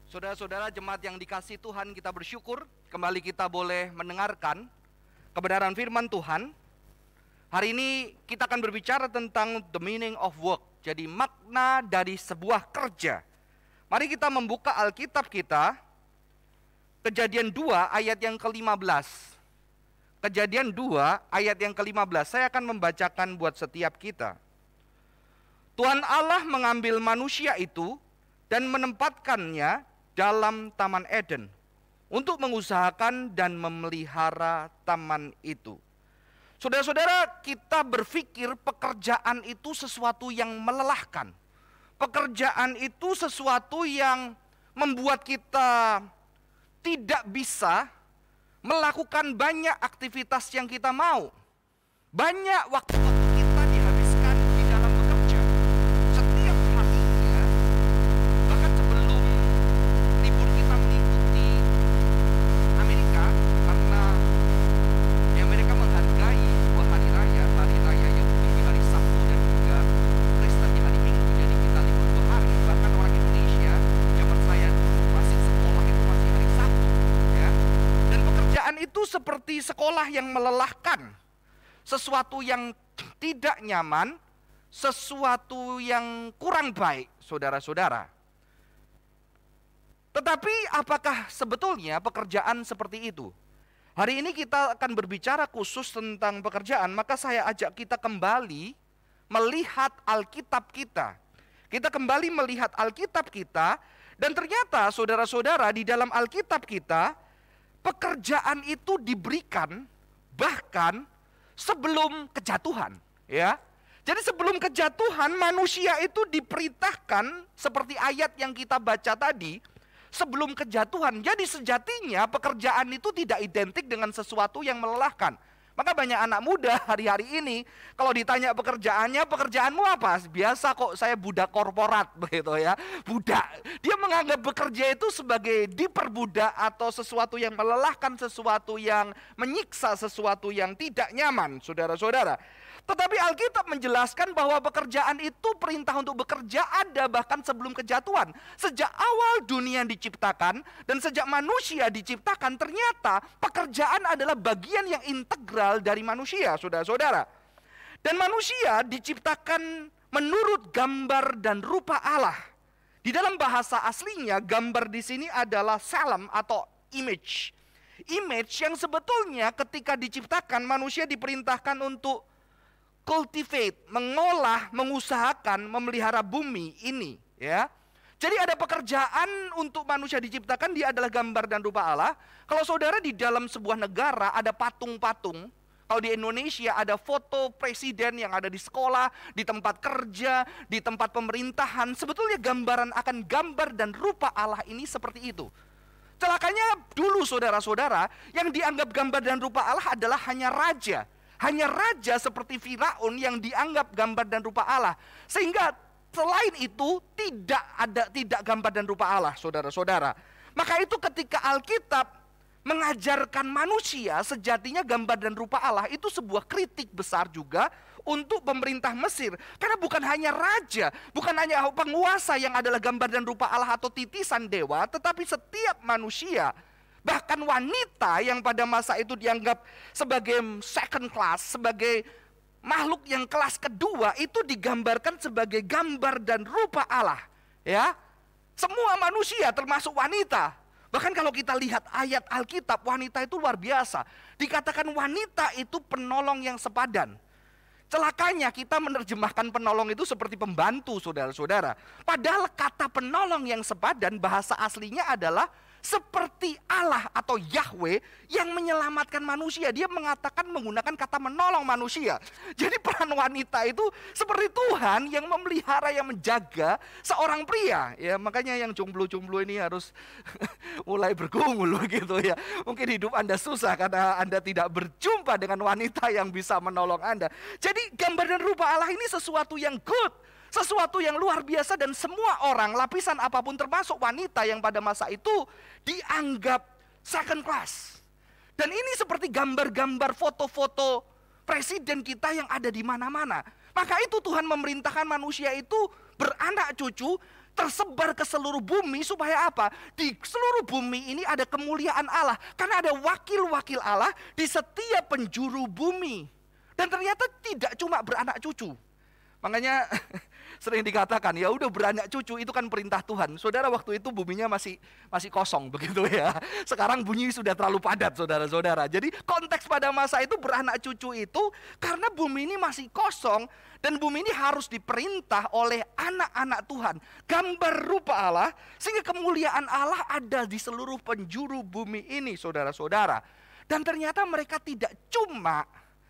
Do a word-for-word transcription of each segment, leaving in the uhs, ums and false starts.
Saudara-saudara jemaat yang dikasihi Tuhan, kita bersyukur kembali kita boleh mendengarkan kebenaran firman Tuhan. Hari ini kita akan berbicara tentang the meaning of work. Jadi makna dari sebuah kerja. Mari kita membuka Alkitab kita, Kejadian dua ayat yang kelima belas. Kejadian dua ayat yang kelima belas. Saya akan membacakan buat setiap kita. Tuhan Allah mengambil manusia itu dan menempatkannya dalam Taman Eden untuk mengusahakan dan memelihara taman itu. Saudara-saudara, kita berpikir pekerjaan itu sesuatu yang melelahkan. Pekerjaan itu sesuatu yang membuat kita tidak bisa melakukan banyak aktivitas yang kita mau. Banyak waktu-waktu kita dihabiskan di dalam bekerja. Setiap harinya, bahkan sebelum libur kita mengikuti Amerika, karena di Amerika menghargai dua hari raya, hari raya Yahudi di hari Sabtu dan juga Kristen di hari Minggu. Jadi kita libur dua hari. Bahkan orang Indonesia, zaman saya dulu masih sekolah itu masih hari Sabtu, ya. Dan pekerjaan itu seperti sekolah yang melelahkan, sesuatu yang tidak nyaman, sesuatu yang kurang baik, saudara-saudara. Tetapi apakah sebetulnya pekerjaan seperti itu? Hari ini kita akan berbicara khusus tentang pekerjaan, maka saya ajak kita kembali melihat Alkitab kita. Kita kembali melihat Alkitab kita, dan ternyata saudara-saudara di dalam Alkitab kita, pekerjaan itu diberikan bahkan sebelum kejatuhan, ya. Jadi sebelum kejatuhan manusia itu diperintahkan seperti ayat yang kita baca tadi, sebelum kejatuhan. Jadi sejatinya pekerjaan itu tidak identik dengan sesuatu yang melelahkan. Maka banyak anak muda hari-hari ini kalau ditanya pekerjaannya, pekerjaanmu apa? Biasa kok, saya budak korporat begitu ya. Budak. Dia menganggap bekerja itu sebagai diperbudak atau sesuatu yang melelahkan, sesuatu yang menyiksa, sesuatu yang tidak nyaman, saudara-saudara. Tetapi Alkitab menjelaskan bahwa pekerjaan itu, perintah untuk bekerja ada bahkan sebelum kejatuhan. Sejak awal dunia diciptakan dan sejak manusia diciptakan, ternyata pekerjaan adalah bagian yang integral dari manusia, saudara-saudara. Dan manusia diciptakan menurut gambar dan rupa Allah. Di dalam bahasa aslinya, gambar di sini adalah salam atau image. Image yang sebetulnya ketika diciptakan, manusia diperintahkan untuk cultivate, mengolah, mengusahakan, memelihara bumi ini, ya. Jadi ada pekerjaan untuk manusia diciptakan, dia adalah gambar dan rupa Allah. Kalau saudara di dalam sebuah negara ada patung-patung, kalau di Indonesia ada foto presiden yang ada di sekolah, di tempat kerja, di tempat pemerintahan, sebetulnya gambaran akan gambar dan rupa Allah ini seperti itu. Celakanya dulu saudara-saudara, yang dianggap gambar dan rupa Allah adalah hanya raja. Hanya raja seperti Firaun yang dianggap gambar dan rupa Allah. Sehingga selain itu tidak ada tidak gambar dan rupa Allah, saudara-saudara. Maka itu ketika Alkitab mengajarkan manusia sejatinya gambar dan rupa Allah, itu sebuah kritik besar juga untuk pemerintah Mesir. Karena bukan hanya raja, bukan hanya penguasa yang adalah gambar dan rupa Allah atau titisan dewa, tetapi setiap manusia, bahkan wanita yang pada masa itu dianggap sebagai second class, sebagai makhluk yang kelas kedua, itu digambarkan sebagai gambar dan rupa Allah, ya. Semua manusia termasuk wanita. Bahkan kalau kita lihat ayat Alkitab, wanita itu luar biasa. Dikatakan wanita itu penolong yang sepadan. Celakanya kita menerjemahkan penolong itu seperti pembantu, saudara-saudara. Padahal kata penolong yang sepadan bahasa aslinya adalah seperti Allah atau Yahweh yang menyelamatkan manusia. Dia mengatakan menggunakan kata menolong manusia. Jadi peran wanita itu seperti Tuhan yang memelihara, yang menjaga seorang pria. Ya, makanya yang jomblo-jomblo ini harus mulai bergumul begitu ya. Mungkin hidup Anda susah karena Anda tidak berjumpa dengan wanita yang bisa menolong Anda. Jadi gambar dan rupa Allah ini sesuatu yang good, sesuatu yang luar biasa, dan semua orang, lapisan apapun termasuk wanita yang pada masa itu dianggap second class. Dan ini seperti gambar-gambar foto-foto presiden kita yang ada di mana-mana. Maka itu Tuhan memerintahkan manusia itu beranak cucu, tersebar ke seluruh bumi supaya apa? Di seluruh bumi ini ada kemuliaan Allah. Karena ada wakil-wakil Allah di setiap penjuru bumi. Dan ternyata tidak cuma beranak cucu. Makanya sering dikatakan, ya udah beranak cucu itu kan perintah Tuhan. Saudara, waktu itu buminya masih masih kosong begitu ya. Sekarang bunyi sudah terlalu padat, saudara-saudara. Jadi konteks pada masa itu beranak cucu itu karena bumi ini masih kosong dan bumi ini harus diperintah oleh anak-anak Tuhan. Gambar rupa Allah sehingga kemuliaan Allah ada di seluruh penjuru bumi ini, saudara-saudara. Dan ternyata mereka tidak cuma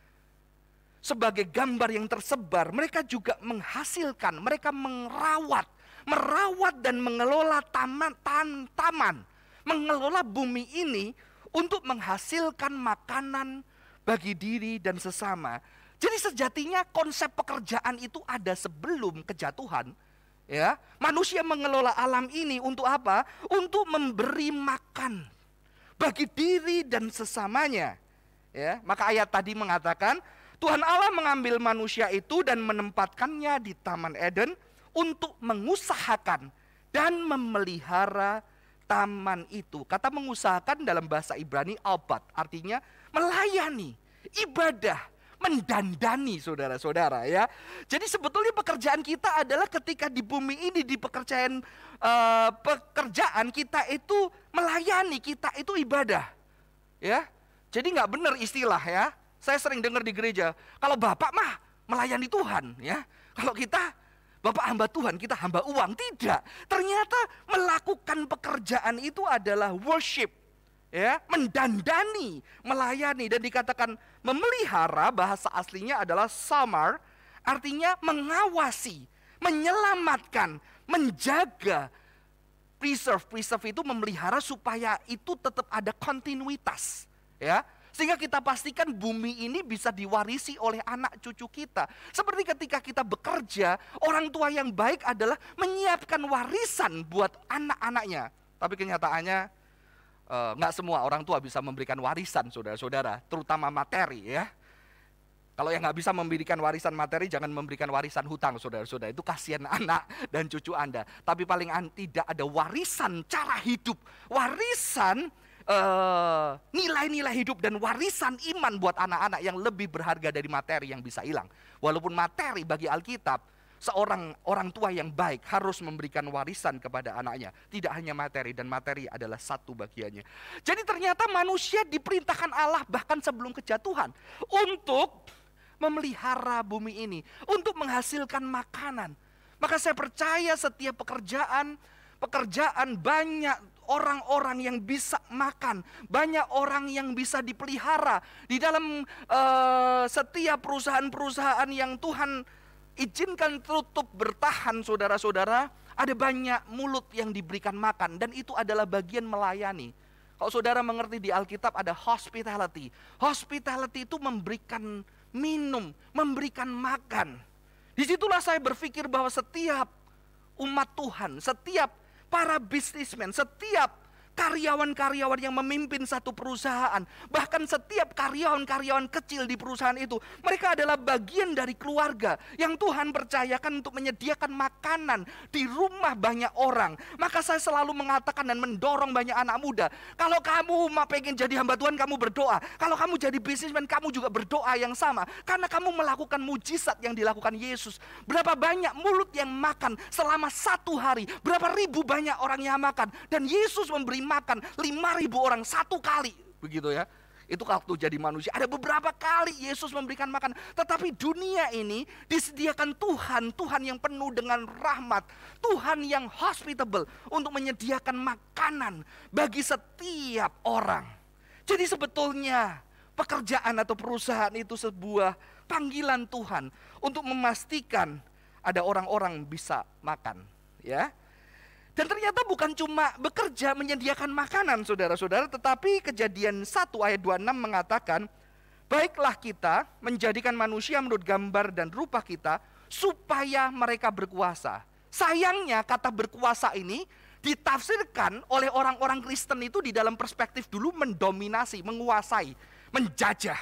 sebagai gambar yang tersebar, mereka juga menghasilkan, mereka merawat, merawat dan mengelola taman, tan, taman, mengelola bumi ini untuk menghasilkan makanan bagi diri dan sesama. Jadi sejatinya konsep pekerjaan itu ada sebelum kejatuhan. Ya, manusia mengelola alam ini untuk apa? Untuk memberi makan bagi diri dan sesamanya. Ya, maka ayat tadi mengatakan, Tuhan Allah mengambil manusia itu dan menempatkannya di Taman Eden untuk mengusahakan dan memelihara taman itu. Kata mengusahakan dalam bahasa Ibrani albat, artinya melayani, ibadah, mendandani, saudara-saudara ya. Jadi sebetulnya pekerjaan kita adalah ketika di bumi ini, di pekerjaan uh, pekerjaan kita itu melayani, kita itu ibadah. Ya, jadi nggak benar istilah ya. Saya sering dengar di gereja, kalau Bapak mah melayani Tuhan ya. Kalau kita, Bapak hamba Tuhan, kita hamba uang. Tidak, ternyata melakukan pekerjaan itu adalah worship. Ya, mendandani, melayani. Dan dikatakan memelihara, bahasa aslinya adalah samar. Artinya mengawasi, menyelamatkan, menjaga. Preserve, preserve itu memelihara supaya itu tetap ada kontinuitas. Ya, sehingga kita pastikan bumi ini bisa diwarisi oleh anak cucu kita. Seperti ketika kita bekerja, orang tua yang baik adalah menyiapkan warisan buat anak-anaknya. Tapi kenyataannya eh, nggak semua orang tua bisa memberikan warisan, saudara-saudara, terutama materi ya. Kalau yang nggak bisa memberikan warisan materi, jangan memberikan warisan hutang, saudara-saudara. Itu kasihan anak dan cucu Anda. Tapi paling tidak ada warisan cara hidup, warisan Uh, nilai-nilai hidup dan warisan iman buat anak-anak yang lebih berharga dari materi yang bisa hilang. Walaupun materi bagi Alkitab, seorang orang tua yang baik harus memberikan warisan kepada anaknya. Tidak hanya materi, dan materi adalah satu bagiannya. Jadi ternyata manusia diperintahkan Allah bahkan sebelum kejatuhan untuk memelihara bumi ini, untuk menghasilkan makanan. Maka saya percaya setiap pekerjaan, pekerjaan banyak orang-orang yang bisa makan, banyak orang yang bisa dipelihara. Di dalam uh, setiap perusahaan-perusahaan yang Tuhan izinkan tutup bertahan, saudara-saudara, ada banyak mulut yang diberikan makan. Dan itu adalah bagian melayani. Kalau saudara mengerti di Alkitab ada hospitality. Hospitality itu memberikan minum, memberikan makan. Disitulah saya berpikir bahwa setiap umat Tuhan, setiap para bisnismen, setiap karyawan-karyawan yang memimpin satu perusahaan, bahkan setiap karyawan-karyawan kecil di perusahaan itu, mereka adalah bagian dari keluarga yang Tuhan percayakan untuk menyediakan makanan di rumah banyak orang. Maka saya selalu mengatakan dan mendorong banyak anak muda, kalau kamu mau pengen jadi hamba Tuhan, kamu berdoa. Kalau kamu jadi bisnismen, kamu juga berdoa yang sama. Karena kamu melakukan mujizat yang dilakukan Yesus. Berapa banyak mulut yang makan selama satu hari, berapa ribu banyak orang yang makan, dan Yesus memberi makan lima ribu orang satu kali, begitu ya. Itu waktu jadi manusia. Ada beberapa kali Yesus memberikan makan. Tetapi dunia ini disediakan Tuhan, Tuhan yang penuh dengan rahmat, Tuhan yang hospitable untuk menyediakan makanan bagi setiap orang. Jadi sebetulnya pekerjaan atau perusahaan itu sebuah panggilan Tuhan untuk memastikan ada orang-orang bisa makan, ya. Dan ternyata bukan cuma bekerja menyediakan makanan, saudara-saudara, tetapi Kejadian satu ayat dua puluh enam mengatakan, baiklah kita menjadikan manusia menurut gambar dan rupa kita, supaya mereka berkuasa. Sayangnya kata berkuasa ini ditafsirkan oleh orang-orang Kristen itu di dalam perspektif dulu mendominasi, menguasai, menjajah.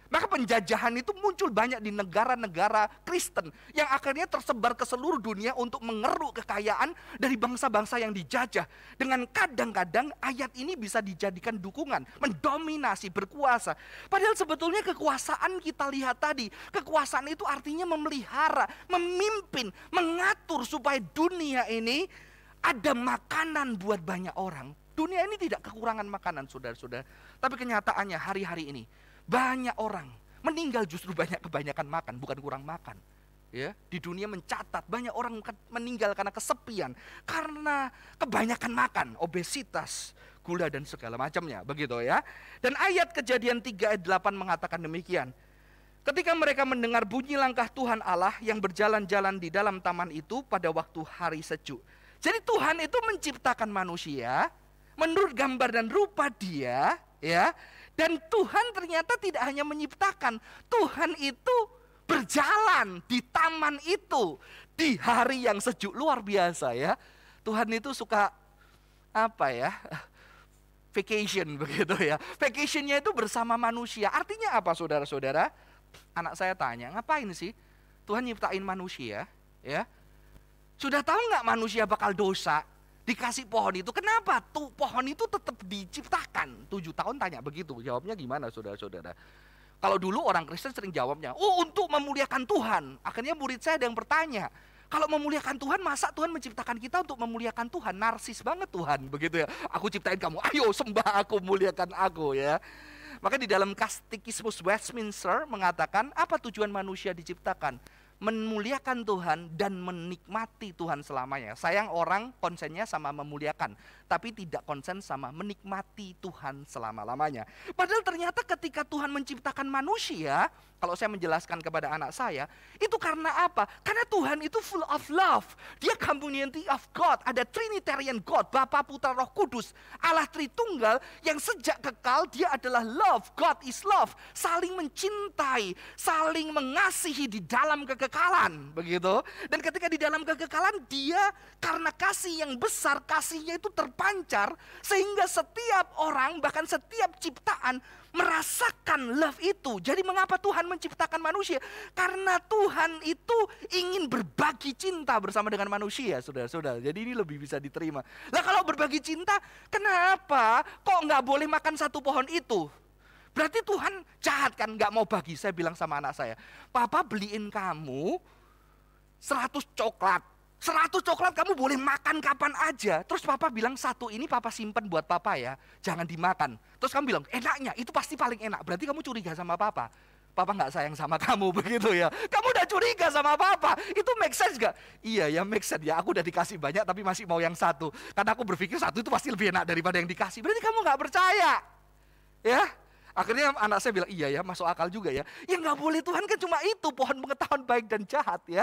Maka penjajahan itu muncul banyak di negara-negara Kristen yang akhirnya tersebar ke seluruh dunia untuk mengeruk kekayaan dari bangsa-bangsa yang dijajah. Dengan kadang-kadang ayat ini bisa dijadikan dukungan, mendominasi, berkuasa. Padahal sebetulnya kekuasaan kita lihat tadi, kekuasaan itu artinya memelihara, memimpin, mengatur supaya dunia ini ada makanan buat banyak orang. Dunia ini tidak kekurangan makanan, saudara-saudara. Tapi kenyataannya hari-hari ini banyak orang meninggal justru banyak kebanyakan makan, bukan kurang makan. Ya, di dunia mencatat banyak orang meninggal karena kesepian, karena kebanyakan makan, obesitas, gula dan segala macamnya, begitu ya. Dan ayat Kejadian tiga ayat delapan mengatakan demikian. Ketika mereka mendengar bunyi langkah Tuhan Allah yang berjalan-jalan di dalam taman itu pada waktu hari sejuk. Jadi Tuhan itu menciptakan manusia menurut gambar dan rupa Dia, ya. Dan Tuhan ternyata tidak hanya menciptakan, Tuhan itu berjalan di taman itu di hari yang sejuk, luar biasa ya. Tuhan itu suka apa ya? Vacation begitu ya. Vacationnya itu bersama manusia. Artinya apa saudara-saudara? Anak saya tanya, ngapain sih Tuhan nyiptain manusia? Ya, sudah tahu nggak manusia bakal dosa? Dikasih pohon itu, kenapa tuh pohon itu tetap diciptakan? Tujuh tahun tanya begitu, jawabnya gimana saudara-saudara? Kalau dulu orang Kristen sering jawabnya, oh untuk memuliakan Tuhan. Akhirnya murid saya ada yang bertanya, kalau memuliakan Tuhan, masa Tuhan menciptakan kita untuk memuliakan Tuhan? Narsis banget Tuhan, begitu ya. Aku ciptain kamu, ayo sembah aku, muliakan aku ya. Maka di dalam Katekismus Westminster mengatakan, apa tujuan manusia diciptakan? Memuliakan Tuhan dan menikmati Tuhan selamanya. Sayang orang konsennya sama memuliakan, tapi tidak konsen sama menikmati Tuhan selama-lamanya. Padahal ternyata ketika Tuhan menciptakan manusia, kalau saya menjelaskan kepada anak saya, itu karena apa? Karena Tuhan itu full of love. Dia community of God, ada Trinitarian God, Bapa, Putra, Roh Kudus, Allah Tritunggal yang sejak kekal dia adalah love. God is love, saling mencintai, saling mengasihi di dalam kekekalan, begitu. Dan ketika di dalam kekekalan dia karena kasih yang besar, kasihnya itu terpancar sehingga setiap orang bahkan setiap ciptaan merasakan love itu. Jadi mengapa Tuhan menciptakan manusia? Karena Tuhan itu ingin berbagi cinta bersama dengan manusia, saudara-saudara. Jadi ini lebih bisa diterima. Lah kalau berbagi cinta, kenapa kok nggak boleh makan satu pohon itu? Berarti Tuhan jahat kan, nggak mau bagi. Saya bilang sama anak saya, Papa beliin kamu seratus coklat. seratus coklat kamu boleh makan kapan aja. Terus Papa bilang satu ini Papa simpen buat Papa ya, jangan dimakan. Terus kamu bilang enaknya itu pasti paling enak. Berarti kamu curiga sama Papa. Papa nggak sayang sama kamu begitu ya. Kamu udah curiga sama Papa. Itu make sense gak? Iya ya make sense ya. Aku udah dikasih banyak tapi masih mau yang satu. Karena aku berpikir satu itu pasti lebih enak daripada yang dikasih. Berarti kamu nggak percaya. Ya. Akhirnya anak saya bilang iya ya masuk akal juga ya. Ya nggak boleh, Tuhan kan cuma itu pohon pengetahuan baik dan jahat ya.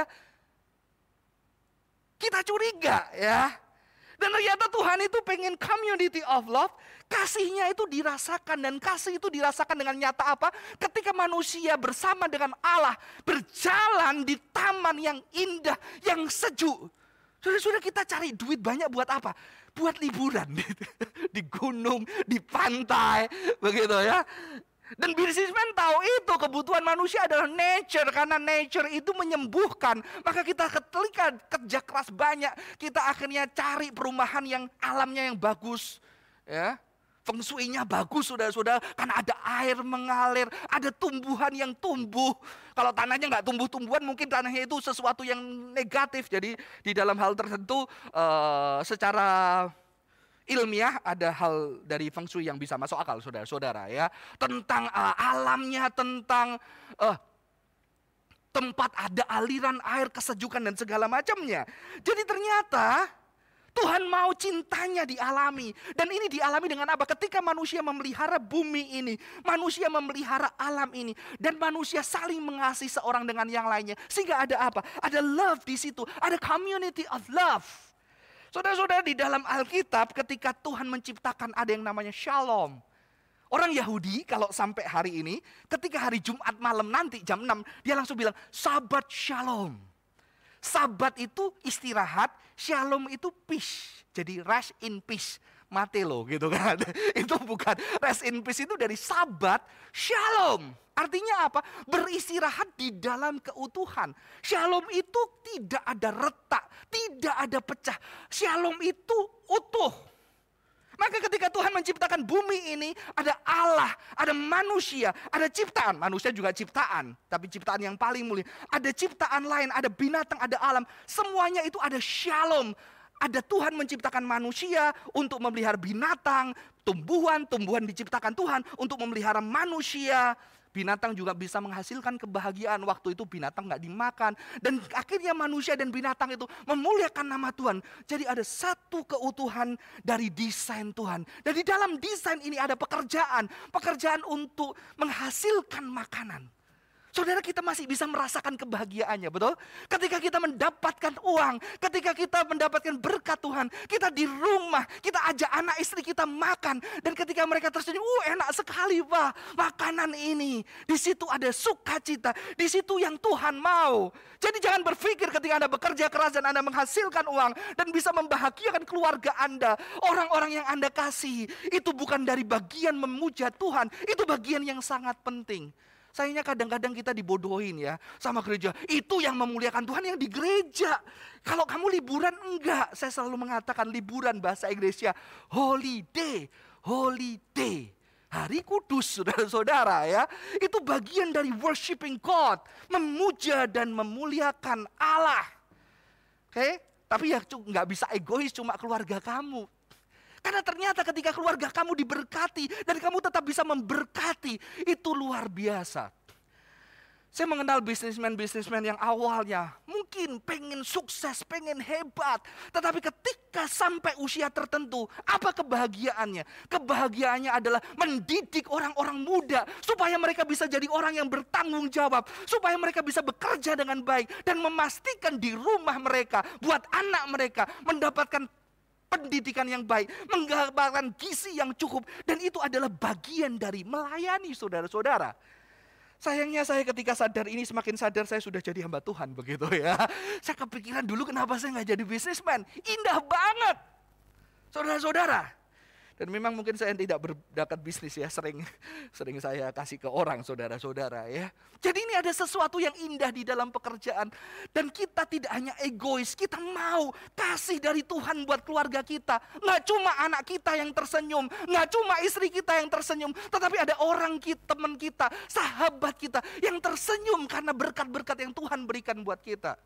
Kita curiga ya. Dan ternyata Tuhan itu pengen community of love. Kasihnya itu dirasakan, dan kasih itu dirasakan dengan nyata apa? Ketika manusia bersama dengan Allah berjalan di taman yang indah, yang sejuk. Sudah-sudah kita cari duit banyak buat apa? Buat liburan di gunung, di pantai, begitu ya. Dan businessman tahu itu kebutuhan manusia adalah nature, karena nature itu menyembuhkan. Maka kita ketika kerja keras banyak, kita akhirnya cari perumahan yang alamnya yang bagus, ya. Feng shui-nya bagus, saudara-saudara, karena ada air mengalir, ada tumbuhan yang tumbuh. Kalau tanahnya nggak tumbuh-tumbuhan, mungkin tanahnya itu sesuatu yang negatif. Jadi di dalam hal tertentu, uh, secara ilmiah ada hal dari feng shui yang bisa masuk akal, saudara-saudara ya. Tentang uh, alamnya, tentang uh, tempat ada aliran air, kesejukan dan segala macamnya. Jadi ternyata Tuhan mau cintanya dialami. Dan ini dialami dengan apa? Ketika manusia memelihara bumi ini, manusia memelihara alam ini, dan manusia saling mengasihi seorang dengan yang lainnya. Sehingga ada apa? Ada love di situ, ada community of love. Saudara-saudara, di dalam Alkitab ketika Tuhan menciptakan ada yang namanya shalom. Orang Yahudi kalau sampai hari ini, ketika hari Jumat malam nanti jam enam, dia langsung bilang Sabat Shalom. Sabat itu istirahat, Shalom itu peace. Jadi rest in peace. mati loh gitu kan. Itu bukan rest in peace, itu dari sabat shalom. Artinya apa? Beristirahat di dalam keutuhan. Shalom itu tidak ada retak, tidak ada pecah. Shalom itu utuh. Maka ketika Tuhan menciptakan bumi ini, ada Allah, ada manusia, ada ciptaan. Manusia juga ciptaan, tapi ciptaan yang paling mulia. Ada ciptaan lain, ada binatang, ada alam. Semuanya itu ada shalom. Ada Tuhan menciptakan manusia untuk memelihara binatang, tumbuhan, tumbuhan diciptakan Tuhan untuk memelihara manusia. Binatang juga bisa menghasilkan kebahagiaan. Waktu itu binatang nggak dimakan. Dan akhirnya manusia dan binatang itu memuliakan nama Tuhan. Jadi ada satu keutuhan dari desain Tuhan. Dan di dalam desain ini ada pekerjaan. Pekerjaan untuk menghasilkan makanan. Saudara, kita masih bisa merasakan kebahagiaannya, betul? Ketika kita mendapatkan uang, ketika kita mendapatkan berkat Tuhan, kita di rumah, kita ajak anak istri kita makan, dan ketika mereka tersenyum, uh enak sekali Pak, makanan ini. Di situ ada sukacita, di situ yang Tuhan mau. Jadi jangan berpikir ketika Anda bekerja keras dan Anda menghasilkan uang, dan bisa membahagiakan keluarga Anda, orang-orang yang Anda kasih, itu bukan dari bagian memuja Tuhan, itu bagian yang sangat penting. Sayangnya kadang-kadang kita dibodohin ya sama gereja. Itu yang memuliakan Tuhan yang di gereja. Kalau kamu liburan enggak. Saya selalu mengatakan liburan bahasa Inggrisnya holiday. Holiday. Hari kudus saudara-saudara ya. Itu bagian dari worshiping God. Memuja dan memuliakan Allah. Oke? Tapi ya nggak bisa egois cuma keluarga kamu. Karena ternyata ketika keluarga kamu diberkati dan kamu tetap bisa memberkati, itu luar biasa. Saya mengenal bisnismen-bisnismen yang awalnya mungkin pengen sukses, pengen hebat. Tetapi ketika sampai usia tertentu, apa kebahagiaannya? Kebahagiaannya adalah mendidik orang-orang muda supaya mereka bisa jadi orang yang bertanggung jawab. Supaya mereka bisa bekerja dengan baik dan memastikan di rumah mereka, buat anak mereka mendapatkan pendidikan yang baik, mendapatkan gizi yang cukup. Dan itu adalah bagian dari melayani saudara-saudara. Sayangnya saya ketika sadar ini, semakin sadar saya sudah jadi hamba Tuhan begitu ya. Saya kepikiran dulu kenapa saya nggak jadi bisnismen. Indah banget saudara-saudara. Dan memang mungkin saya tidak berbakat bisnis ya, sering sering saya kasih ke orang saudara-saudara ya. Jadi ini ada sesuatu yang indah di dalam pekerjaan. Dan kita tidak hanya egois, kita mau kasih dari Tuhan buat keluarga kita. Nggak cuma anak kita yang tersenyum, nggak cuma istri kita yang tersenyum, tetapi ada orang kita, teman kita, sahabat kita yang tersenyum karena berkat-berkat yang Tuhan berikan buat kita.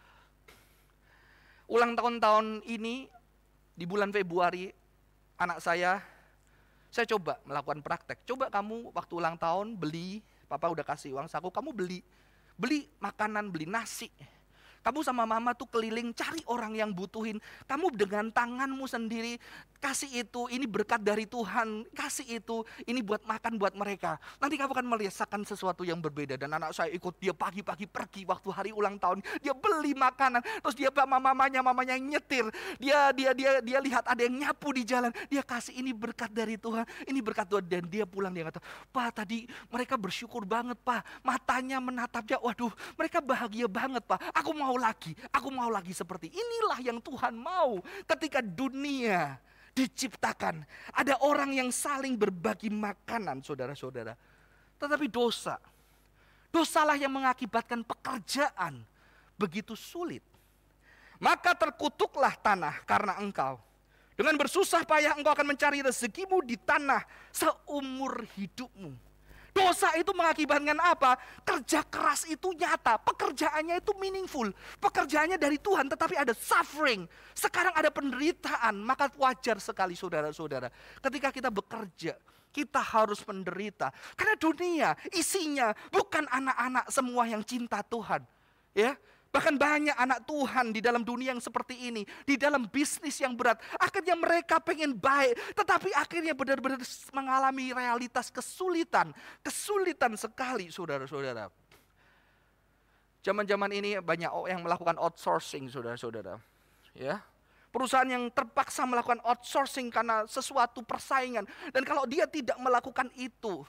Ulang tahun-tahun ini di bulan Februari, anak saya, saya coba melakukan praktek. Coba kamu waktu ulang tahun beli, papa udah kasih uang saku, kamu beli, beli makanan, beli nasi. Kamu sama mama tuh keliling cari orang yang butuhin. Kamu dengan tanganmu sendiri kasih itu, ini berkat dari Tuhan, kasih itu, ini buat makan buat mereka. Nanti kamu akan merasakan sesuatu yang berbeda. Dan anak saya ikut, dia pagi-pagi pergi waktu hari ulang tahun, dia beli makanan, terus dia bawa mamanya, mamanya yang nyetir, dia dia dia dia lihat ada yang nyapu di jalan, dia kasih ini berkat dari Tuhan, ini berkat Tuhan. Dan dia pulang dia kata, Pak tadi mereka bersyukur banget Pak, matanya menatapnya, waduh mereka bahagia banget Pak, aku mau lagi, aku mau lagi seperti inilah yang Tuhan mau. Ketika dunia diciptakan, ada orang yang saling berbagi makanan saudara-saudara. Tetapi dosa, dosalah yang mengakibatkan pekerjaan begitu sulit. Maka terkutuklah tanah karena engkau. Dengan bersusah payah engkau akan mencari rezekimu di tanah seumur hidupmu. Dosa itu mengakibatkan apa? Kerja keras itu nyata, pekerjaannya itu meaningful, pekerjaannya dari Tuhan, tetapi ada suffering. Sekarang ada penderitaan, maka wajar sekali saudara-saudara. Ketika kita bekerja, kita harus menderita. Karena dunia isinya bukan anak-anak semua yang cinta Tuhan. Ya, bahkan banyak anak Tuhan di dalam dunia yang seperti ini, di dalam bisnis yang berat. Akhirnya mereka pengen baik, tetapi akhirnya benar-benar mengalami realitas kesulitan. Kesulitan sekali saudara-saudara. Zaman-zaman ini banyak yang melakukan outsourcing saudara-saudara. Ya, perusahaan yang terpaksa melakukan outsourcing karena sesuatu persaingan. Dan kalau dia tidak melakukan itu,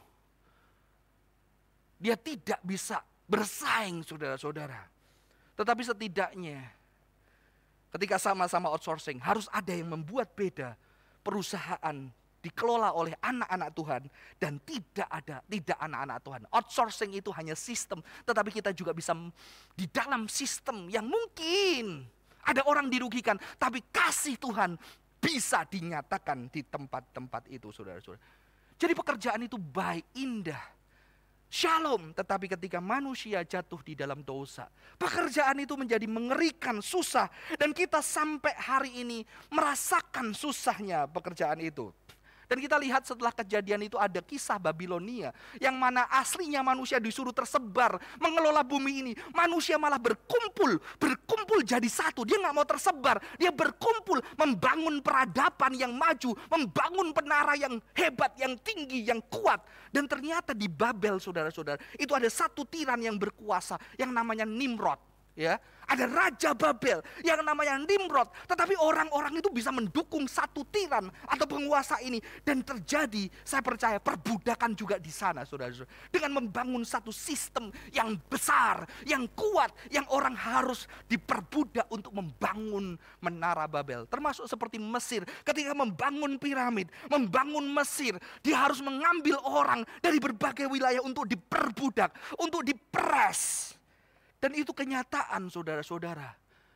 dia tidak bisa bersaing saudara-saudara. Tetapi setidaknya ketika sama-sama outsourcing harus ada yang membuat beda. perusahaan dikelola oleh anak-anak Tuhan dan tidak ada tidak anak-anak Tuhan. Outsourcing itu hanya sistem, tetapi kita juga bisa di dalam sistem yang mungkin ada orang dirugikan, tapi kasih Tuhan bisa dinyatakan di tempat-tempat itu, saudara-saudara. Jadi pekerjaan itu baik, indah, shalom, tetapi ketika manusia jatuh di dalam dosa, pekerjaan itu menjadi mengerikan, susah, dan kita sampai hari ini merasakan susahnya pekerjaan itu. Dan kita lihat setelah kejadian itu ada kisah Babilonia, yang mana aslinya manusia disuruh tersebar mengelola bumi ini. Manusia malah berkumpul, berkumpul jadi satu. Dia nggak mau tersebar, dia berkumpul membangun peradaban yang maju, membangun penara yang hebat, yang tinggi, yang kuat. Dan ternyata di Babel, saudara-saudara, itu ada satu tiran yang berkuasa yang namanya Nimrod. Ya, ada Raja Babel yang namanya Nimrod, tetapi orang-orang itu bisa mendukung satu tiran atau penguasa ini, dan terjadi, saya percaya, perbudakan juga di sana, saudara-saudara. Dengan membangun satu sistem yang besar, yang kuat, yang orang harus diperbudak untuk membangun menara Babel. Termasuk seperti Mesir, ketika membangun piramid, membangun Mesir, dia harus mengambil orang dari berbagai wilayah untuk diperbudak, untuk diperes. Dan itu kenyataan, saudara-saudara.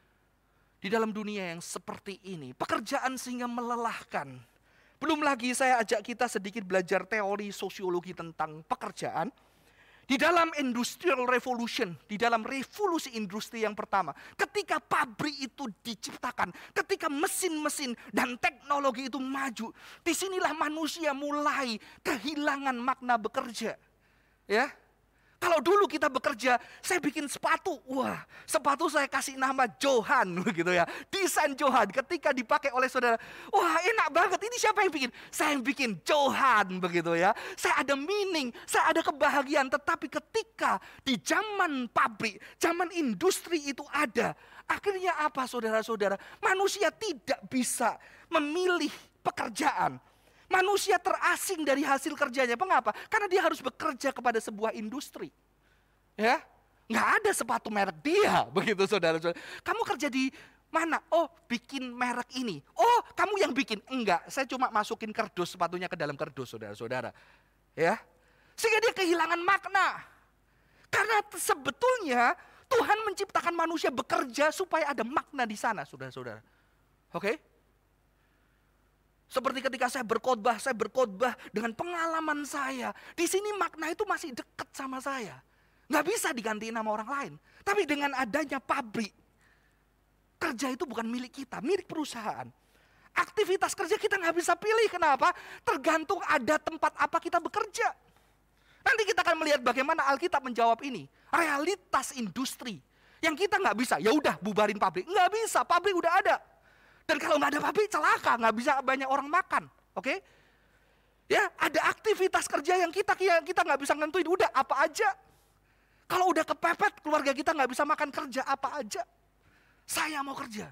Di dalam dunia yang seperti ini, pekerjaan sehingga melelahkan. Belum lagi saya ajak kita sedikit belajar teori sosiologi tentang pekerjaan. Di dalam industrial revolution, di dalam revolusi industri yang pertama, ketika pabrik itu diciptakan, ketika mesin-mesin dan teknologi itu maju, disinilah manusia mulai kehilangan makna bekerja. Ya. Kalau dulu kita bekerja, saya bikin sepatu, wah, sepatu saya kasih nama Johan, begitu ya, desain Johan. Ketika dipakai oleh saudara, wah enak banget, ini siapa yang bikin? Saya yang bikin, Johan, begitu ya. Saya ada meaning, saya ada kebahagiaan. Tetapi ketika di zaman pabrik, zaman industri itu ada, akhirnya apa, saudara-saudara? Manusia tidak bisa memilih pekerjaan. Manusia terasing dari hasil kerjanya. Mengapa? Karena dia harus bekerja kepada sebuah industri. Ya, nggak ada sepatu merek dia, begitu saudara-saudara. Kamu kerja di mana? Oh, bikin merek ini. Oh, kamu yang bikin? Enggak, saya cuma masukin kardus sepatunya ke dalam kardus, saudara-saudara. Ya, sehingga dia kehilangan makna. Karena sebetulnya Tuhan menciptakan manusia bekerja supaya ada makna di sana, saudara-saudara. Oke? Seperti ketika saya berkhotbah, saya berkhotbah dengan pengalaman saya. Di sini makna itu masih dekat sama saya. Nggak bisa digantiin sama orang lain. Tapi dengan adanya pabrik, kerja itu bukan milik kita, milik perusahaan. Aktivitas kerja kita nggak bisa pilih, kenapa? Tergantung ada tempat apa kita bekerja. Nanti kita akan melihat bagaimana Alkitab menjawab ini. Realitas industri. Yang kita nggak bisa, ya udah bubarin pabrik. Nggak bisa, pabrik udah ada. Dan kalau nggak ada pabrik celaka, nggak bisa banyak orang makan, oke? Okay? Ya, ada aktivitas kerja yang kita kita nggak bisa nentuin, udah apa aja. Kalau udah kepepet, keluarga kita nggak bisa makan, kerja apa aja. Saya mau kerja.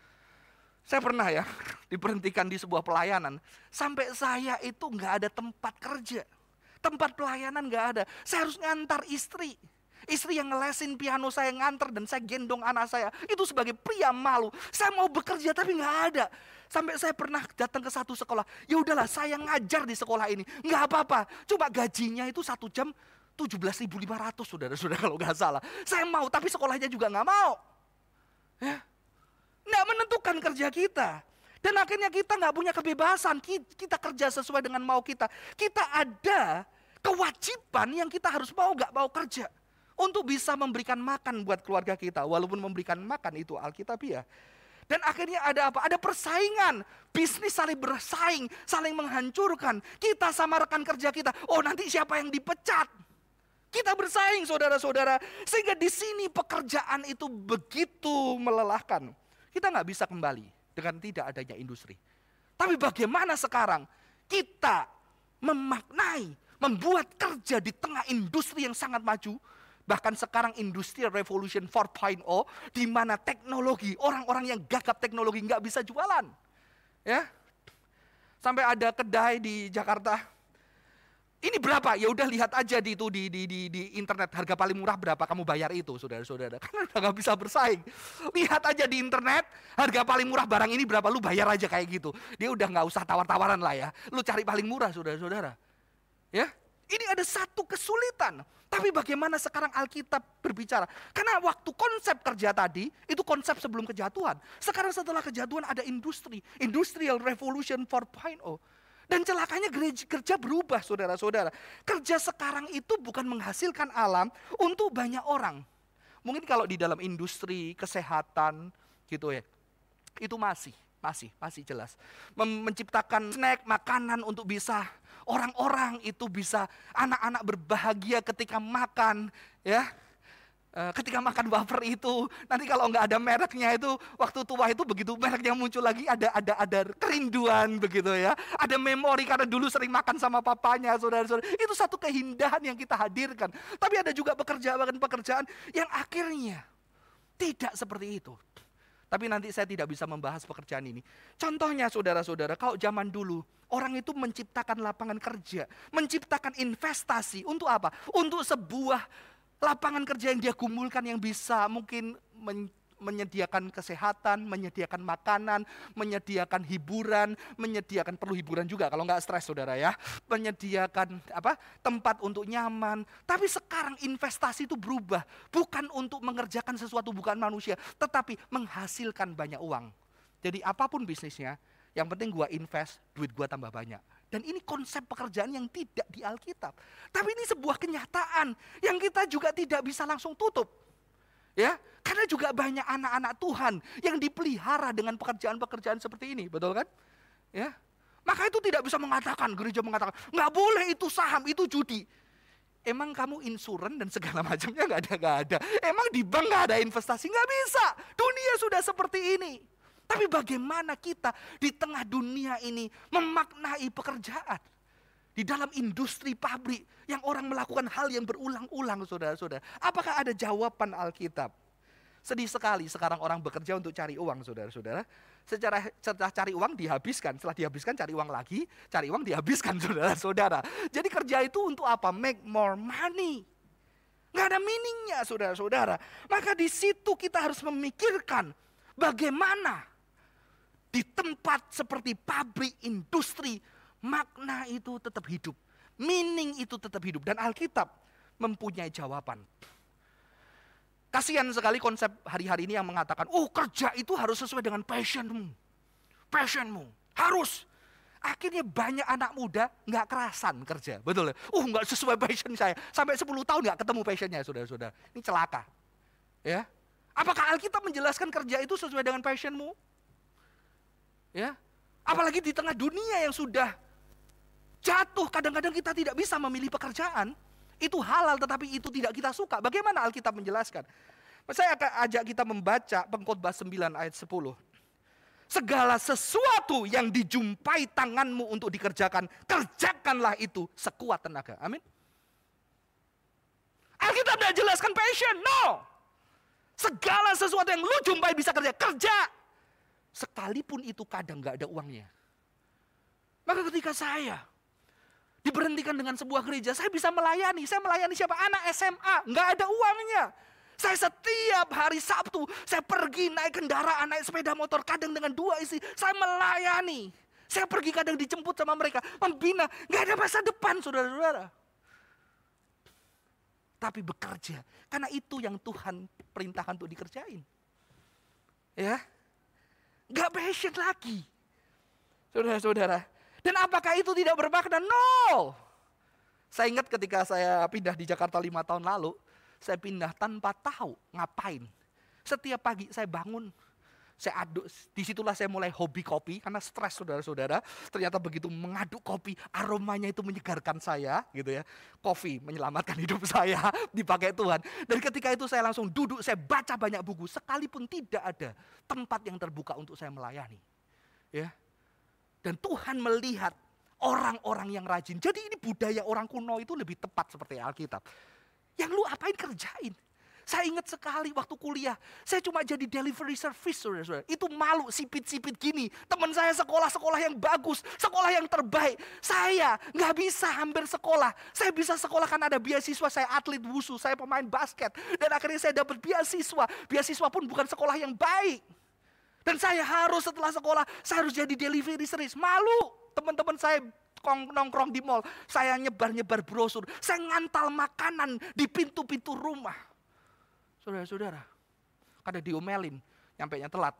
Saya pernah ya diberhentikan di sebuah pelayanan, sampai saya itu nggak ada tempat kerja, tempat pelayanan nggak ada. Saya harus ngantar istri. Istri yang ngelesin piano saya nganter dan saya gendong anak saya. Itu sebagai pria malu. Saya mau bekerja tapi nggak ada. Sampai saya pernah datang ke satu sekolah. Ya udahlah, saya ngajar di sekolah ini. Nggak apa-apa. Cuma gajinya itu satu jam tujuh belas ribu lima ratus, saudara-saudara, kalau nggak salah. Saya mau, tapi sekolahnya juga nggak mau. Ya, nggak menentukan kerja kita. Dan akhirnya kita nggak punya kebebasan. Kita kerja sesuai dengan mau kita. Kita ada kewajiban yang kita harus mau nggak mau kerja. Untuk bisa memberikan makan buat keluarga kita. Walaupun memberikan makan itu alkitabiah. Dan akhirnya ada apa? Ada persaingan. Bisnis saling bersaing, saling menghancurkan. Kita sama rekan kerja kita. Oh, nanti siapa yang dipecat? Kita bersaing, saudara-saudara. Sehingga di sini pekerjaan itu begitu melelahkan. Kita nggak bisa kembali dengan tidak adanya industri. Tapi bagaimana sekarang kita memaknai, membuat kerja di tengah industri yang sangat maju. Bahkan sekarang Industrial Revolution empat titik nol, di mana teknologi, orang-orang yang gagap teknologi nggak bisa jualan. Ya, sampai ada kedai di Jakarta, Ini berapa? Ya udah lihat aja di itu di, di, di, di internet, harga paling murah berapa, kamu bayar itu, saudara-saudara. Karena udah gak bisa bersaing. Lihat aja di internet, harga paling murah barang ini berapa, lu bayar aja kayak gitu. Dia udah gak usah tawar-tawaran lah ya. Lu cari paling murah, saudara-saudara. Ya, ini ada satu kesulitan. Tapi bagaimana sekarang Alkitab berbicara? Karena waktu konsep kerja tadi, itu konsep sebelum kejatuhan. Sekarang setelah kejatuhan ada industri. Industrial Revolution empat titik nol. Dan celakanya gereja, kerja berubah, saudara-saudara. Kerja sekarang itu bukan menghasilkan alam untuk banyak orang. Mungkin kalau di dalam industri, kesehatan gitu ya, itu masih, masih, masih jelas. Mem- menciptakan snack, makanan untuk bisa orang-orang itu bisa, anak-anak berbahagia ketika makan, ya. Ketika makan wafer itu, nanti kalau nggak ada mereknya itu, waktu tua itu begitu mereknya muncul lagi, ada ada ada kerinduan begitu ya, ada memori karena dulu sering makan sama papanya, saudara-saudara. Itu satu keindahan yang kita hadirkan. Tapi ada juga pekerjaan-pekerjaan yang akhirnya tidak seperti itu. Tapi nanti saya tidak bisa membahas pekerjaan ini. Contohnya saudara-saudara, kalau zaman dulu orang itu menciptakan lapangan kerja, menciptakan investasi untuk apa? Untuk sebuah lapangan kerja yang dia gumulkan yang bisa mungkin men menyediakan kesehatan, menyediakan makanan, menyediakan hiburan, menyediakan perlu hiburan juga kalau nggak stres saudara ya, menyediakan apa tempat untuk nyaman. Tapi sekarang investasi itu berubah, bukan untuk mengerjakan sesuatu bukan manusia, tetapi menghasilkan banyak uang. Jadi apapun bisnisnya, yang penting gua invest, duit gua tambah banyak. Dan ini konsep pekerjaan yang tidak di Alkitab. Tapi ini sebuah kenyataan yang kita juga tidak bisa langsung tutup. Ya, karena juga banyak anak-anak Tuhan yang dipelihara dengan pekerjaan-pekerjaan seperti ini, betul kan? Ya. Maka itu tidak bisa mengatakan, gereja mengatakan, nggak boleh itu saham, itu judi. Emang kamu insuran dan segala macamnya nggak ada, nggak ada. Emang di bank nggak ada investasi, nggak bisa. Dunia sudah seperti ini. Tapi bagaimana kita di tengah dunia ini memaknai pekerjaan? Di dalam industri pabrik yang orang melakukan hal yang berulang-ulang, saudara-saudara. Apakah ada jawaban Alkitab? Sedih sekali sekarang orang bekerja untuk cari uang, saudara-saudara. Secara, setelah cari uang dihabiskan, setelah dihabiskan cari uang lagi, cari uang dihabiskan, saudara-saudara. Jadi kerja itu untuk apa? Make more money. Nggak ada meaningnya, saudara-saudara. Maka di situ kita harus memikirkan bagaimana di tempat seperti pabrik, industri, makna itu tetap hidup. Meaning itu tetap hidup. Dan Alkitab mempunyai jawaban. Kasihan sekali konsep hari-hari ini yang mengatakan, oh kerja itu harus sesuai dengan passionmu. Passionmu. Harus. Akhirnya banyak anak muda nggak kerasan kerja. Betul ya? Oh nggak sesuai passion saya. Sampai sepuluh tahun nggak ketemu passionnya, saudara-saudara. Ini celaka. Ya. Apakah Alkitab menjelaskan kerja itu sesuai dengan passionmu? Ya, apalagi di tengah dunia yang sudah jatuh, kadang-kadang kita tidak bisa memilih pekerjaan. Itu halal tetapi itu tidak kita suka. Bagaimana Alkitab menjelaskan? Saya akan ajak kita membaca Pengkhotbah sembilan ayat sepuluh. Segala sesuatu yang dijumpai tanganmu untuk dikerjakan, kerjakanlah itu sekuat tenaga. Amin. Alkitab tidak jelaskan passion, no. Segala sesuatu yang lu jumpai bisa kerja, kerja. Sekalipun itu kadang gak ada uangnya. Maka ketika saya diberhentikan dengan sebuah gereja, saya bisa melayani. Saya melayani siapa? Anak S M A, gak ada uangnya. Saya setiap hari Sabtu, saya pergi naik kendaraan, naik sepeda motor, kadang dengan dua istri. Saya melayani. Saya pergi kadang dijemput sama mereka, membina. Gak ada masa depan, saudara-saudara. Tapi bekerja, karena itu yang Tuhan perintahkan untuk dikerjain. Ya. Gak passion lagi. Saudara-saudara. Dan apakah itu tidak bermakna? No. Saya ingat ketika saya pindah di Jakarta lima tahun lalu. Saya pindah tanpa tahu ngapain. Setiap pagi saya bangun. Saya aduk, disitulah saya mulai hobi kopi. Karena stres saudara-saudara. Ternyata begitu mengaduk kopi, aromanya itu menyegarkan saya. Gitu ya. Kopi menyelamatkan hidup saya. Dipakai Tuhan. Dan ketika itu saya langsung duduk, saya baca banyak buku. Sekalipun tidak ada tempat yang terbuka untuk saya melayani. Ya. Dan Tuhan melihat orang-orang yang rajin. Jadi ini budaya orang kuno itu lebih tepat seperti Alkitab. Yang lu apain kerjain. Saya ingat sekali waktu kuliah, saya cuma jadi delivery service, saudara-saudara. Itu malu, sipit-sipit gini. Teman saya sekolah-sekolah yang bagus, sekolah yang terbaik. Saya nggak bisa hampir sekolah. Saya bisa sekolah karena ada beasiswa, saya atlet wusu, saya pemain basket. Dan akhirnya saya dapat beasiswa. Beasiswa pun bukan sekolah yang baik. Dan saya harus setelah sekolah, saya harus jadi delivery service. Malu, teman-teman saya nongkrong di mall, saya nyebar-nyebar brosur, saya ngantal makanan di pintu-pintu rumah. Saudara-saudara, kadang diomelin, nyampenya telat.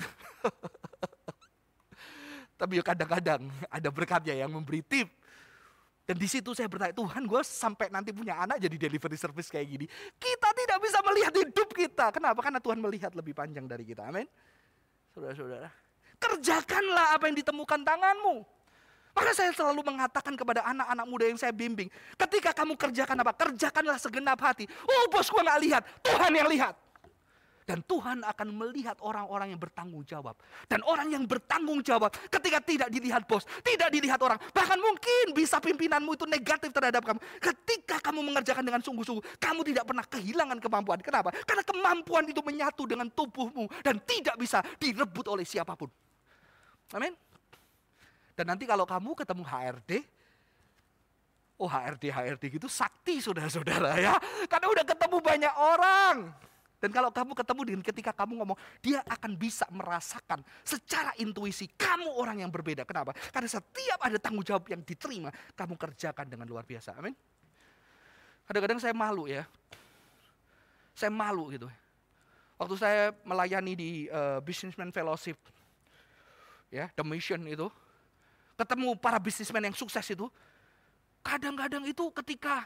Tapi kadang-kadang ada berkatnya yang memberi tip. Dan di situ saya bertanya, Tuhan, gue sampai nanti punya anak jadi delivery service kayak gini. Kita tidak bisa melihat hidup kita. Kenapa? Karena Tuhan melihat lebih panjang dari kita. Amin. Saudara-saudara, kerjakanlah apa yang ditemukan tanganmu. Maka saya selalu mengatakan kepada anak-anak muda yang saya bimbing, ketika kamu kerjakan apa? Kerjakanlah segenap hati. Oh, bos, gue gak lihat, Tuhan yang lihat. Dan Tuhan akan melihat orang-orang yang bertanggung jawab. Dan orang yang bertanggung jawab ketika tidak dilihat bos, tidak dilihat orang. Bahkan mungkin bisa pimpinanmu itu negatif terhadap kamu. Ketika kamu mengerjakan dengan sungguh-sungguh, kamu tidak pernah kehilangan kemampuan. Kenapa? Karena kemampuan itu menyatu dengan tubuhmu dan tidak bisa direbut oleh siapapun. Amin. Dan nanti kalau kamu ketemu H R D, oh H R D, H R D gitu sakti saudara-saudara ya. Karena udah ketemu banyak orang. Dan kalau kamu ketemu dengan ketika kamu ngomong, dia akan bisa merasakan secara intuisi kamu orang yang berbeda. Kenapa? Karena setiap ada tanggung jawab yang diterima, kamu kerjakan dengan luar biasa. Amin. Kadang-kadang saya malu ya. Saya malu gitu. Waktu saya melayani di uh, Businessman Fellowship, ya, The Mission itu, ketemu para bisnismen yang sukses itu, kadang-kadang itu ketika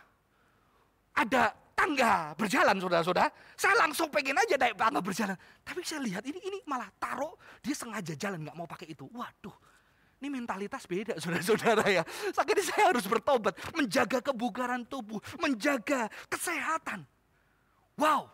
ada tangga berjalan, saudara-saudara, saya langsung pengen aja naik tangga berjalan. Tapi saya lihat ini ini malah taruh, dia sengaja jalan nggak mau pakai itu. Waduh, ini mentalitas beda, saudara-saudara ya. Akhirnya saya harus bertobat, menjaga kebugaran tubuh, menjaga kesehatan. Wow,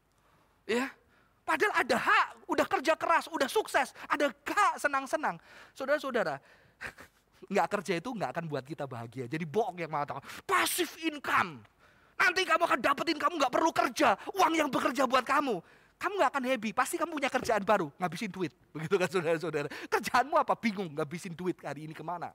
ya. Padahal ada hak, udah kerja keras, udah sukses, ada hak senang-senang, saudara-saudara. Nggak kerja itu nggak akan buat kita bahagia. Jadi bohong yang mengatakan passive income. Nanti kamu akan dapetin, kamu nggak perlu kerja, uang yang bekerja buat kamu. Kamu nggak akan happy, pasti kamu punya kerjaan baru, ngabisin duit. Begitu kan saudara-saudara. Kerjaanmu apa? Bingung, ngabisin duit hari ini kemana.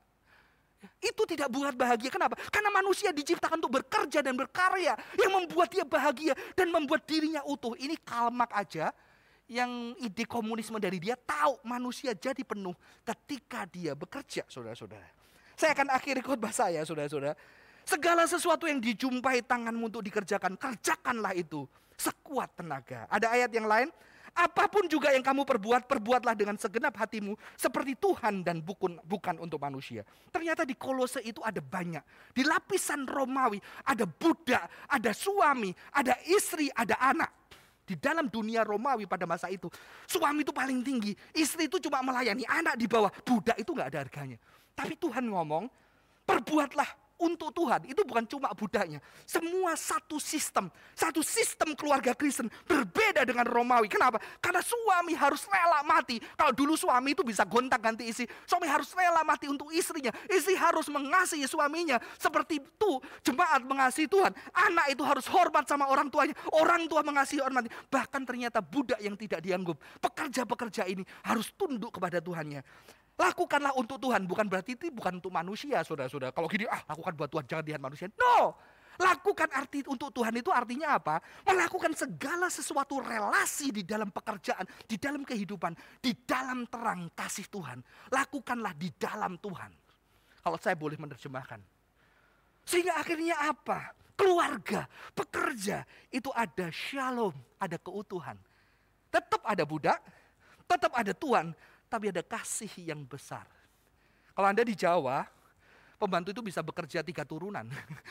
Itu tidak buat bahagia, kenapa? Karena manusia diciptakan untuk bekerja dan berkarya. Yang membuat dia bahagia dan membuat dirinya utuh. Ini Karl Marx aja, yang ide komunisme dari dia tahu manusia jadi penuh ketika dia bekerja, saudara-saudara. Saya akan akhiri khotbah saya, saudara-saudara. Segala sesuatu yang dijumpai tanganmu untuk dikerjakan, kerjakanlah itu sekuat tenaga. Ada ayat yang lain, apapun juga yang kamu perbuat, perbuatlah dengan segenap hatimu seperti Tuhan dan bukan, bukan untuk manusia. Ternyata di Kolose itu ada banyak. Di lapisan Romawi ada budak, ada suami, ada istri, ada anak. Di dalam dunia Romawi pada masa itu, suami itu paling tinggi, istri itu cuma melayani, anak di bawah, budak itu gak ada harganya. Tapi Tuhan ngomong, perbuatlah untuk Tuhan, itu bukan cuma budaknya. Semua satu sistem, satu sistem keluarga Kristen berbeda dengan Romawi. Kenapa? Karena suami harus rela mati. Kalau dulu suami itu bisa gonta-ganti istri, suami harus rela mati untuk istrinya. Istri harus mengasihi suaminya. Seperti itu jemaat mengasihi Tuhan. Anak itu harus hormat sama orang tuanya. Orang tua mengasihi orang mati. Bahkan ternyata budak yang tidak dianggap, pekerja-pekerja ini harus tunduk kepada Tuhannya. Lakukanlah untuk Tuhan, bukan berarti itu bukan untuk manusia, saudara-saudara. Kalau gini, ah lakukan buat Tuhan, jangan lihat manusia. No, lakukan arti untuk Tuhan itu artinya apa? Melakukan segala sesuatu relasi di dalam pekerjaan, di dalam kehidupan, di dalam terang kasih Tuhan. Lakukanlah di dalam Tuhan. Kalau saya boleh menerjemahkan. Sehingga akhirnya apa? Keluarga, pekerja, itu ada shalom, ada keutuhan. Tetap ada budak, tetap ada Tuhan, tapi ada kasih yang besar. Kalau Anda di Jawa, pembantu itu bisa bekerja tiga turunan.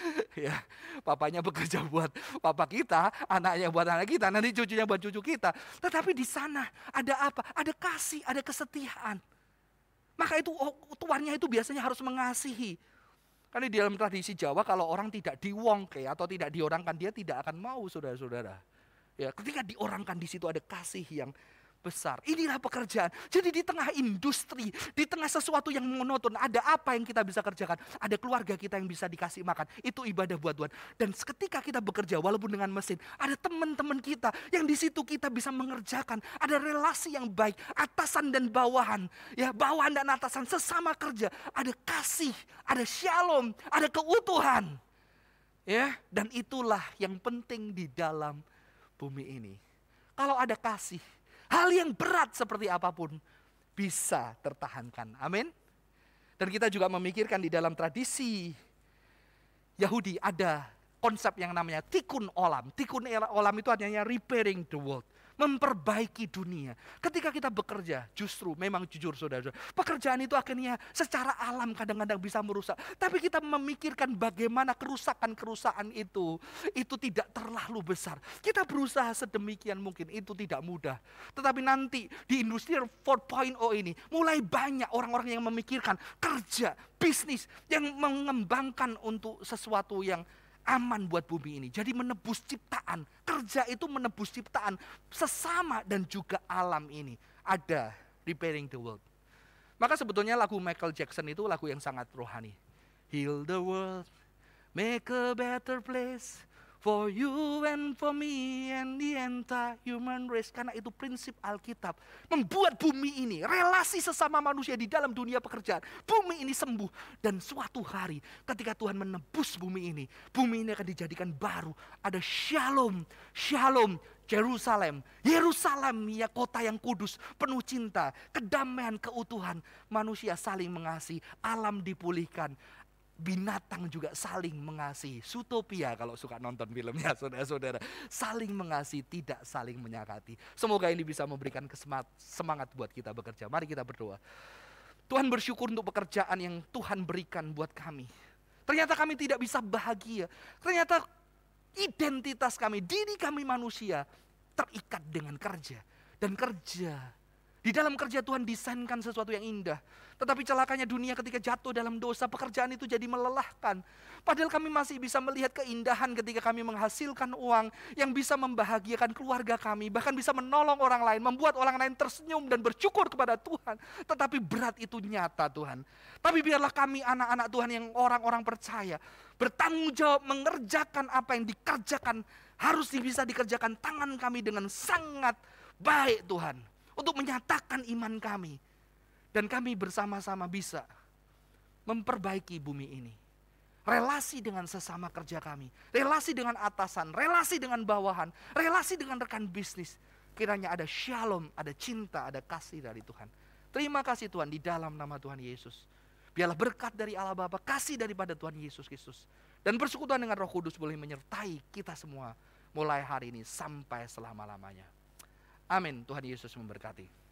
Ya, papanya bekerja buat papa kita, anaknya buat anak kita, nanti cucunya buat cucu kita. Tetapi di sana ada apa? Ada kasih, ada kesetiaan. Maka itu tuannya itu biasanya harus mengasihi. Karena di dalam tradisi Jawa kalau orang tidak diwongke atau tidak diorangkan, dia tidak akan mau, saudara-saudara. Ya, ketika diorangkan di situ ada kasih yang besar. Inilah pekerjaan. Jadi di tengah industri, di tengah sesuatu yang monoton, ada apa yang kita bisa kerjakan? Ada keluarga kita yang bisa dikasih makan. Itu ibadah buat Tuhan. Dan ketika kita bekerja, walaupun dengan mesin, ada teman-teman kita yang di situ kita bisa mengerjakan. Ada relasi yang baik, atasan dan bawahan. Ya, bawahan dan atasan sesama kerja. Ada kasih, ada shalom, ada keutuhan. Ya, dan itulah yang penting di dalam bumi ini. Kalau ada kasih, hal yang berat seperti apapun bisa tertahankan. Amin. Dan kita juga memikirkan di dalam tradisi Yahudi ada konsep yang namanya tikkun olam. Tikkun olam itu artinya repairing the world. Memperbaiki dunia. Ketika kita bekerja, justru memang jujur saudara, pekerjaan itu akhirnya secara alam kadang-kadang bisa merusak. Tapi kita memikirkan bagaimana kerusakan-kerusakan itu, itu tidak terlalu besar. Kita berusaha sedemikian mungkin, itu tidak mudah. Tetapi nanti di industri empat titik nol ini, mulai banyak orang-orang yang memikirkan kerja, bisnis, yang mengembangkan untuk sesuatu yang aman buat bumi ini. Jadi menebus ciptaan. Kerja itu menebus ciptaan sesama dan juga alam ini. Ada repairing the world. Maka sebetulnya lagu Michael Jackson itu lagu yang sangat rohani. Heal the world, make a better place for you and for me and the entire human race. Karena itu prinsip Alkitab. Membuat bumi ini, relasi sesama manusia di dalam dunia pekerjaan. Bumi ini sembuh. Dan suatu hari ketika Tuhan menebus bumi ini, bumi ini akan dijadikan baru. Ada shalom, shalom, Yerusalem. Yerusalem ya kota yang kudus, penuh cinta, kedamaian, keutuhan. Manusia saling mengasihi, alam dipulihkan. Binatang juga saling mengasihi. Zootopia kalau suka nonton filmnya saudara-saudara. Saling mengasihi, tidak saling menyakiti. Semoga ini bisa memberikan semangat buat kita bekerja. Mari kita berdoa. Tuhan, bersyukur untuk pekerjaan yang Tuhan berikan buat kami. Ternyata kami tidak bisa bahagia. Ternyata identitas kami, diri kami manusia terikat dengan kerja. Dan kerja, di dalam kerja Tuhan desainkan sesuatu yang indah. Tetapi celakanya dunia ketika jatuh dalam dosa, pekerjaan itu jadi melelahkan. Padahal kami masih bisa melihat keindahan ketika kami menghasilkan uang yang bisa membahagiakan keluarga kami. Bahkan bisa menolong orang lain, membuat orang lain tersenyum dan bersyukur kepada Tuhan. Tetapi berat itu nyata Tuhan. Tapi biarlah kami anak-anak Tuhan yang orang-orang percaya, bertanggung jawab mengerjakan apa yang dikerjakan, harus bisa dikerjakan tangan kami dengan sangat baik Tuhan. Untuk menyatakan iman kami. Dan kami bersama-sama bisa memperbaiki bumi ini. Relasi dengan sesama kerja kami. Relasi dengan atasan. Relasi dengan bawahan. Relasi dengan rekan bisnis. Kiranya ada shalom, ada cinta, ada kasih dari Tuhan. Terima kasih Tuhan di dalam nama Tuhan Yesus. Biarlah berkat dari Allah Bapa, kasih daripada Tuhan Yesus Kristus. Dan persekutuan dengan Roh Kudus boleh menyertai kita semua. Mulai hari ini sampai selama-lamanya. Amin. Tuhan Yesus memberkati.